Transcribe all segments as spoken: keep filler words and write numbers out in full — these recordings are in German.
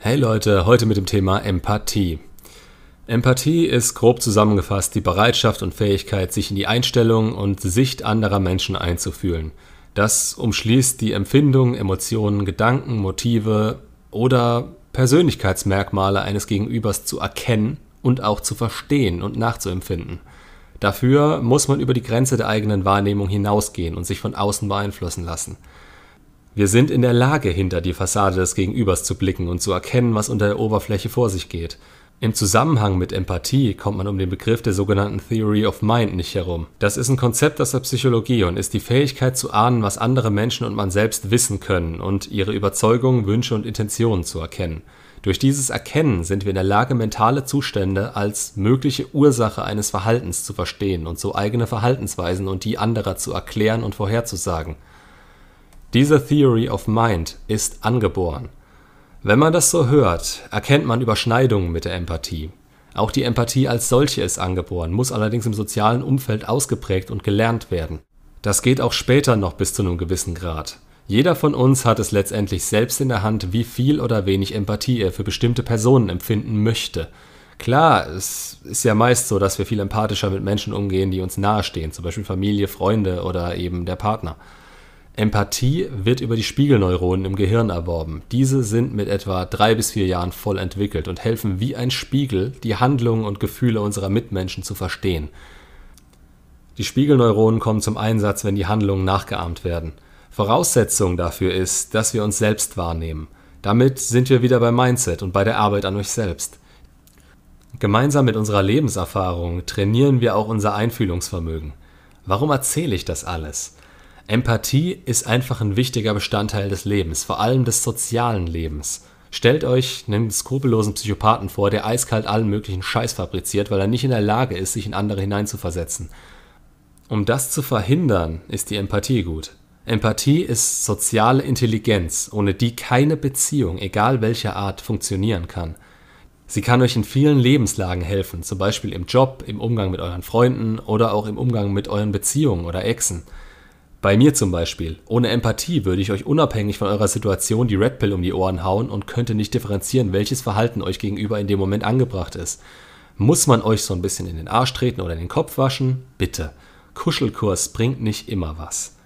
Hey Leute, heute mit dem Thema Empathie. Empathie ist grob zusammengefasst die Bereitschaft und Fähigkeit, sich in die Einstellung und Sicht anderer Menschen einzufühlen. Das umschließt die Empfindungen, Emotionen, Gedanken, Motive oder Persönlichkeitsmerkmale eines Gegenübers zu erkennen und auch zu verstehen und nachzuempfinden. Dafür muss man über die Grenze der eigenen Wahrnehmung hinausgehen und sich von außen beeinflussen lassen. Wir sind in der Lage, hinter die Fassade des Gegenübers zu blicken und zu erkennen, was unter der Oberfläche vor sich geht. Im Zusammenhang mit Empathie kommt man um den Begriff der sogenannten Theory of Mind nicht herum. Das ist ein Konzept aus der Psychologie und ist die Fähigkeit zu ahnen, was andere Menschen und man selbst wissen können und ihre Überzeugungen, Wünsche und Intentionen zu erkennen. Durch dieses Erkennen sind wir in der Lage, mentale Zustände als mögliche Ursache eines Verhaltens zu verstehen und so eigene Verhaltensweisen und die anderer zu erklären und vorherzusagen. Diese Theory of Mind ist angeboren. Wenn man das so hört, erkennt man Überschneidungen mit der Empathie. Auch die Empathie als solche ist angeboren, muss allerdings im sozialen Umfeld ausgeprägt und gelernt werden. Das geht auch später noch bis zu einem gewissen Grad. Jeder von uns hat es letztendlich selbst in der Hand, wie viel oder wenig Empathie er für bestimmte Personen empfinden möchte. Klar, es ist ja meist so, dass wir viel empathischer mit Menschen umgehen, die uns nahestehen, zum Beispiel Familie, Freunde oder eben der Partner. Empathie wird über die Spiegelneuronen im Gehirn erworben. Diese sind mit etwa drei bis vier Jahren voll entwickelt und helfen wie ein Spiegel, die Handlungen und Gefühle unserer Mitmenschen zu verstehen. Die Spiegelneuronen kommen zum Einsatz, wenn die Handlungen nachgeahmt werden. Voraussetzung dafür ist, dass wir uns selbst wahrnehmen. Damit sind wir wieder beim Mindset und bei der Arbeit an euch selbst. Gemeinsam mit unserer Lebenserfahrung trainieren wir auch unser Einfühlungsvermögen. Warum erzähle ich das alles? Empathie ist einfach ein wichtiger Bestandteil des Lebens, vor allem des sozialen Lebens. Stellt euch einen skrupellosen Psychopathen vor, der eiskalt allen möglichen Scheiß fabriziert, weil er nicht in der Lage ist, sich in andere hineinzuversetzen. Um das zu verhindern, ist die Empathie gut. Empathie ist soziale Intelligenz, ohne die keine Beziehung, egal welcher Art, funktionieren kann. Sie kann euch in vielen Lebenslagen helfen, zum Beispiel im Job, im Umgang mit euren Freunden oder auch im Umgang mit euren Beziehungen oder Exen. Bei mir zum Beispiel. Ohne Empathie würde ich euch unabhängig von eurer Situation die Red Pill um die Ohren hauen und könnte nicht differenzieren, welches Verhalten euch gegenüber in dem Moment angebracht ist. Muss man euch so ein bisschen in den Arsch treten oder in den Kopf waschen? Bitte. Kuschelkurs bringt nicht immer was.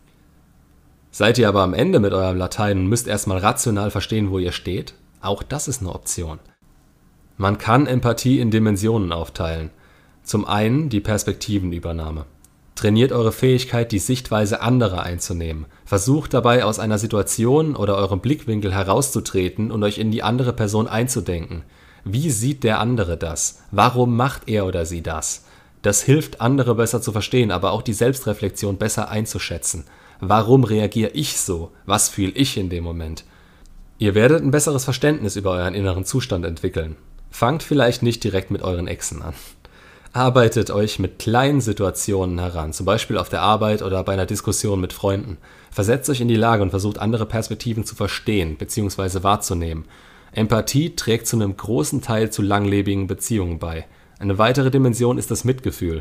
Seid ihr aber am Ende mit eurem Latein und müsst erstmal rational verstehen, wo ihr steht? Auch das ist eine Option. Man kann Empathie in Dimensionen aufteilen. Zum einen die Perspektivenübernahme. Trainiert eure Fähigkeit, die Sichtweise anderer einzunehmen. Versucht dabei, aus einer Situation oder eurem Blickwinkel herauszutreten und euch in die andere Person einzudenken. Wie sieht der andere das? Warum macht er oder sie das? Das hilft, andere besser zu verstehen, aber auch die Selbstreflexion besser einzuschätzen. Warum reagiere ich so? Was fühle ich in dem Moment? Ihr werdet ein besseres Verständnis über euren inneren Zustand entwickeln. Fangt vielleicht nicht direkt mit euren Exen an. Arbeitet euch mit kleinen Situationen heran, zum Beispiel auf der Arbeit oder bei einer Diskussion mit Freunden. Versetzt euch in die Lage und versucht, andere Perspektiven zu verstehen bzw. wahrzunehmen. Empathie trägt zu einem großen Teil zu langlebigen Beziehungen bei. Eine weitere Dimension ist das Mitgefühl.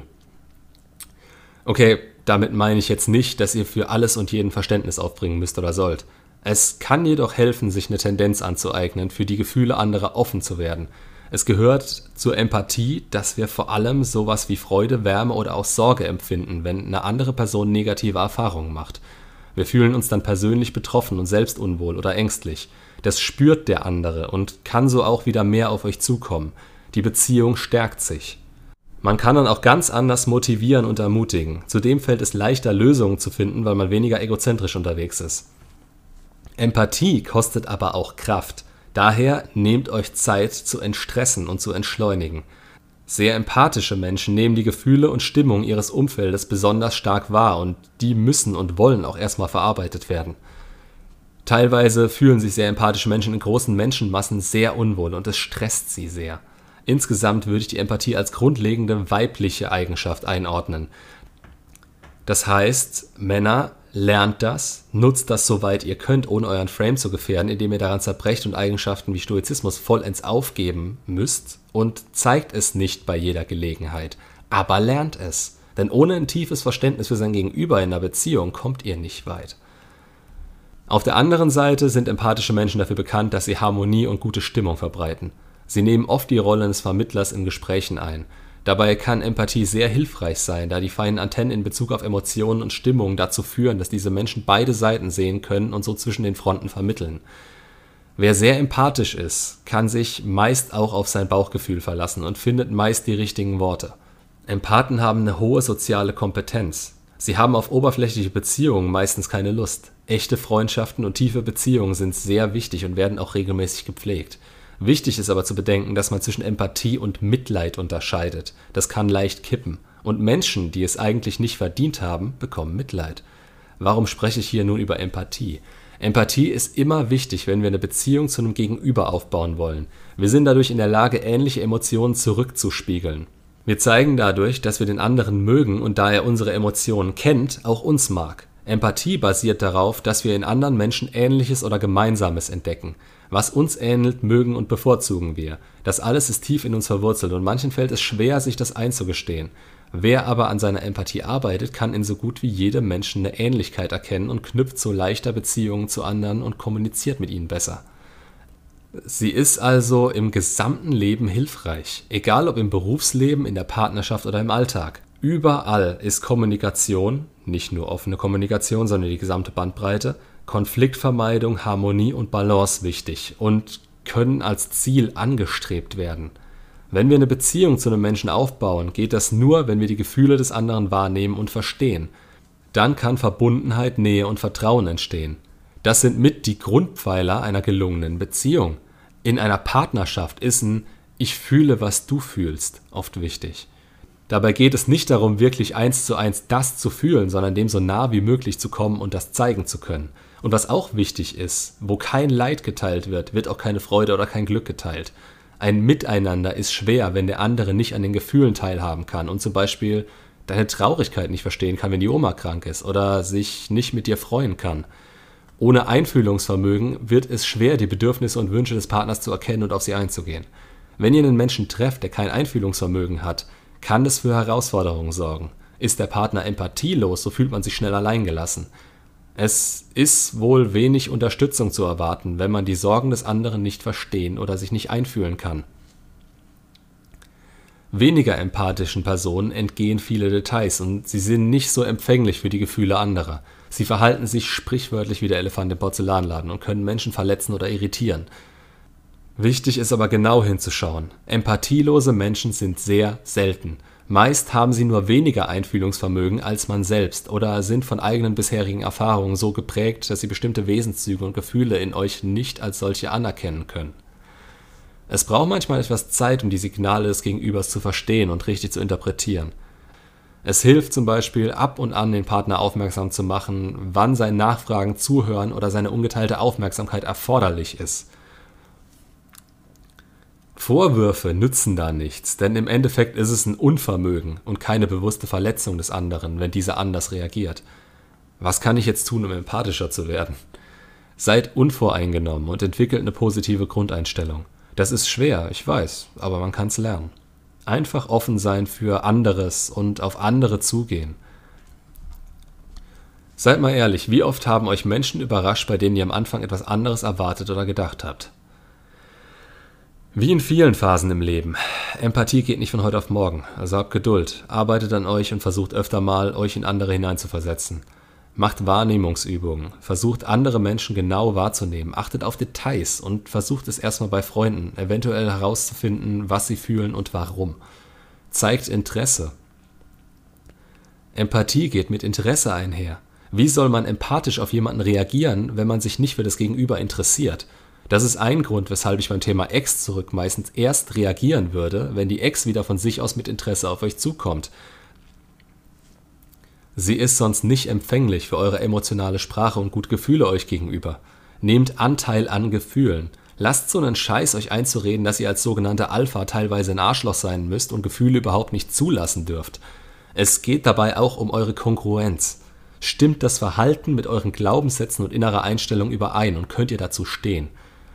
Okay, damit meine ich jetzt nicht, dass ihr für alles und jeden Verständnis aufbringen müsst oder sollt. Es kann jedoch helfen, sich eine Tendenz anzueignen, für die Gefühle anderer offen zu werden. Es gehört zur Empathie, dass wir vor allem sowas wie Freude, Wärme oder auch Sorge empfinden, wenn eine andere Person negative Erfahrungen macht. Wir fühlen uns dann persönlich betroffen und selbst unwohl oder ängstlich. Das spürt der andere und kann so auch wieder mehr auf euch zukommen. Die Beziehung stärkt sich. Man kann dann auch ganz anders motivieren und ermutigen. Zudem fällt es leichter, Lösungen zu finden, weil man weniger egozentrisch unterwegs ist. Empathie kostet aber auch Kraft. Daher nehmt euch Zeit zu entstressen und zu entschleunigen. Sehr empathische Menschen nehmen die Gefühle und Stimmung ihres Umfeldes besonders stark wahr und die müssen und wollen auch erstmal verarbeitet werden. Teilweise fühlen sich sehr empathische Menschen in großen Menschenmassen sehr unwohl und es stresst sie sehr. Insgesamt würde ich die Empathie als grundlegende weibliche Eigenschaft einordnen. Das heißt, Männer, lernt das, nutzt das soweit ihr könnt, ohne euren Frame zu gefährden, indem ihr daran zerbrecht und Eigenschaften wie Stoizismus vollends aufgeben müsst und zeigt es nicht bei jeder Gelegenheit, aber lernt es. Denn ohne ein tiefes Verständnis für sein Gegenüber in einer Beziehung kommt ihr nicht weit. Auf der anderen Seite sind empathische Menschen dafür bekannt, dass sie Harmonie und gute Stimmung verbreiten. Sie nehmen oft die Rolle des Vermittlers in Gesprächen ein. Dabei kann Empathie sehr hilfreich sein, da die feinen Antennen in Bezug auf Emotionen und Stimmung dazu führen, dass diese Menschen beide Seiten sehen können und so zwischen den Fronten vermitteln. Wer sehr empathisch ist, kann sich meist auch auf sein Bauchgefühl verlassen und findet meist die richtigen Worte. Empathen haben eine hohe soziale Kompetenz. Sie haben auf oberflächliche Beziehungen meistens keine Lust. Echte Freundschaften und tiefe Beziehungen sind sehr wichtig und werden auch regelmäßig gepflegt. Wichtig ist aber zu bedenken, dass man zwischen Empathie und Mitleid unterscheidet. Das kann leicht kippen. Und Menschen, die es eigentlich nicht verdient haben, bekommen Mitleid. Warum spreche ich hier nun über Empathie? Empathie ist immer wichtig, wenn wir eine Beziehung zu einem Gegenüber aufbauen wollen. Wir sind dadurch in der Lage, ähnliche Emotionen zurückzuspiegeln. Wir zeigen dadurch, dass wir den anderen mögen und da er unsere Emotionen kennt, auch uns mag. Empathie basiert darauf, dass wir in anderen Menschen Ähnliches oder Gemeinsames entdecken. Was uns ähnelt, mögen und bevorzugen wir. Das alles ist tief in uns verwurzelt und manchen fällt es schwer, sich das einzugestehen. Wer aber an seiner Empathie arbeitet, kann in so gut wie jedem Menschen eine Ähnlichkeit erkennen und knüpft so leichter Beziehungen zu anderen und kommuniziert mit ihnen besser. Sie ist also im gesamten Leben hilfreich, egal ob im Berufsleben, in der Partnerschaft oder im Alltag. Überall ist Kommunikation, nicht nur offene Kommunikation, sondern die gesamte Bandbreite, Konfliktvermeidung, Harmonie und Balance wichtig und können als Ziel angestrebt werden. Wenn wir eine Beziehung zu einem Menschen aufbauen, geht das nur, wenn wir die Gefühle des anderen wahrnehmen und verstehen. Dann kann Verbundenheit, Nähe und Vertrauen entstehen. Das sind mit die Grundpfeiler einer gelungenen Beziehung. In einer Partnerschaft ist ein „Ich fühle, was du fühlst" oft wichtig. Dabei geht es nicht darum, wirklich eins zu eins das zu fühlen, sondern dem so nah wie möglich zu kommen und das zeigen zu können. Und was auch wichtig ist, wo kein Leid geteilt wird, wird auch keine Freude oder kein Glück geteilt. Ein Miteinander ist schwer, wenn der andere nicht an den Gefühlen teilhaben kann und zum Beispiel deine Traurigkeit nicht verstehen kann, wenn die Oma krank ist oder sich nicht mit dir freuen kann. Ohne Einfühlungsvermögen wird es schwer, die Bedürfnisse und Wünsche des Partners zu erkennen und auf sie einzugehen. Wenn ihr einen Menschen trefft, der kein Einfühlungsvermögen hat, kann das für Herausforderungen sorgen. Ist der Partner empathielos, so fühlt man sich schnell alleingelassen. Es ist wohl wenig Unterstützung zu erwarten, wenn man die Sorgen des anderen nicht verstehen oder sich nicht einfühlen kann. Weniger empathischen Personen entgehen viele Details und sie sind nicht so empfänglich für die Gefühle anderer. Sie verhalten sich sprichwörtlich wie der Elefant im Porzellanladen und können Menschen verletzen oder irritieren. Wichtig ist aber genau hinzuschauen. Empathielose Menschen sind sehr selten. Meist haben sie nur weniger Einfühlungsvermögen als man selbst oder sind von eigenen bisherigen Erfahrungen so geprägt, dass sie bestimmte Wesenszüge und Gefühle in euch nicht als solche anerkennen können. Es braucht manchmal etwas Zeit, um die Signale des Gegenübers zu verstehen und richtig zu interpretieren. Es hilft zum Beispiel, ab und an den Partner aufmerksam zu machen, wann sein Nachfragen, Zuhören oder seine ungeteilte Aufmerksamkeit erforderlich ist. Vorwürfe nützen da nichts, denn im Endeffekt ist es ein Unvermögen und keine bewusste Verletzung des anderen, wenn dieser anders reagiert. Was kann ich jetzt tun, um empathischer zu werden? Seid unvoreingenommen und entwickelt eine positive Grundeinstellung. Das ist schwer, ich weiß, aber man kann es lernen. Einfach offen sein für anderes und auf andere zugehen. Seid mal ehrlich, wie oft haben euch Menschen überrascht, bei denen ihr am Anfang etwas anderes erwartet oder gedacht habt? Wie in vielen Phasen im Leben. Empathie geht nicht von heute auf morgen, also habt Geduld, arbeitet an euch und versucht öfter mal, euch in andere hineinzuversetzen. Macht Wahrnehmungsübungen, versucht andere Menschen genau wahrzunehmen, achtet auf Details und versucht es erstmal bei Freunden, eventuell herauszufinden, was sie fühlen und warum. Zeigt Interesse. Empathie geht mit Interesse einher. Wie soll man empathisch auf jemanden reagieren, wenn man sich nicht für das Gegenüber interessiert? Das ist ein Grund, weshalb ich beim Thema Ex zurück meistens erst reagieren würde, wenn die Ex wieder von sich aus mit Interesse auf euch zukommt. Sie ist sonst nicht empfänglich für eure emotionale Sprache und gut Gefühle euch gegenüber. Nehmt Anteil an Gefühlen. Lasst so einen Scheiß euch einzureden, dass ihr als sogenannte Alpha teilweise ein Arschloch sein müsst und Gefühle überhaupt nicht zulassen dürft. Es geht dabei auch um eure Kongruenz. Stimmt das Verhalten mit euren Glaubenssätzen und innerer Einstellung überein und könnt ihr dazu stehen?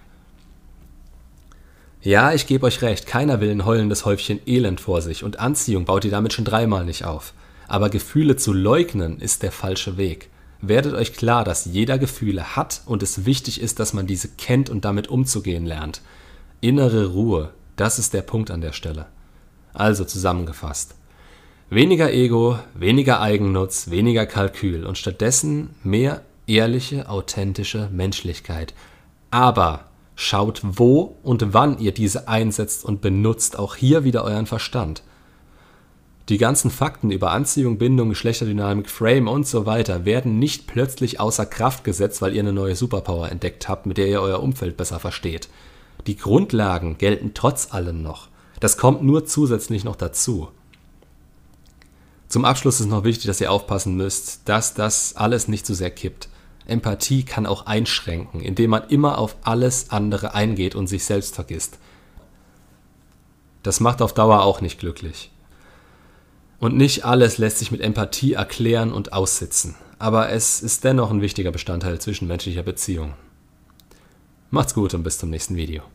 Ja, ich gebe euch recht, keiner will ein heulendes Häufchen Elend vor sich und Anziehung baut ihr damit schon dreimal nicht auf. Aber Gefühle zu leugnen ist der falsche Weg. werdet euch klar, dass jeder Gefühle hat und es wichtig ist, dass man diese kennt und damit umzugehen lernt. Innere Ruhe, das ist der Punkt an der Stelle. Also zusammengefasst. Weniger Ego, weniger Eigennutz, weniger Kalkül und stattdessen mehr ehrliche, authentische Menschlichkeit. Aber schaut, wo und wann ihr diese einsetzt und benutzt auch hier wieder euren Verstand. Die ganzen Fakten über Anziehung, Bindung, Geschlechterdynamik, Frame und so weiter werden nicht plötzlich außer Kraft gesetzt, weil ihr eine neue Superpower entdeckt habt, mit der ihr euer Umfeld besser versteht. Die Grundlagen gelten trotz allem noch. Das kommt nur zusätzlich noch dazu. Zum Abschluss ist noch wichtig, dass ihr aufpassen müsst, dass das alles nicht zu sehr kippt. Empathie kann auch einschränken, indem man immer auf alles andere eingeht und sich selbst vergisst. Das macht auf Dauer auch nicht glücklich. Und nicht alles lässt sich mit Empathie erklären und aussitzen. Aber es ist dennoch ein wichtiger Bestandteil zwischenmenschlicher Beziehungen. Macht's gut und bis zum nächsten Video.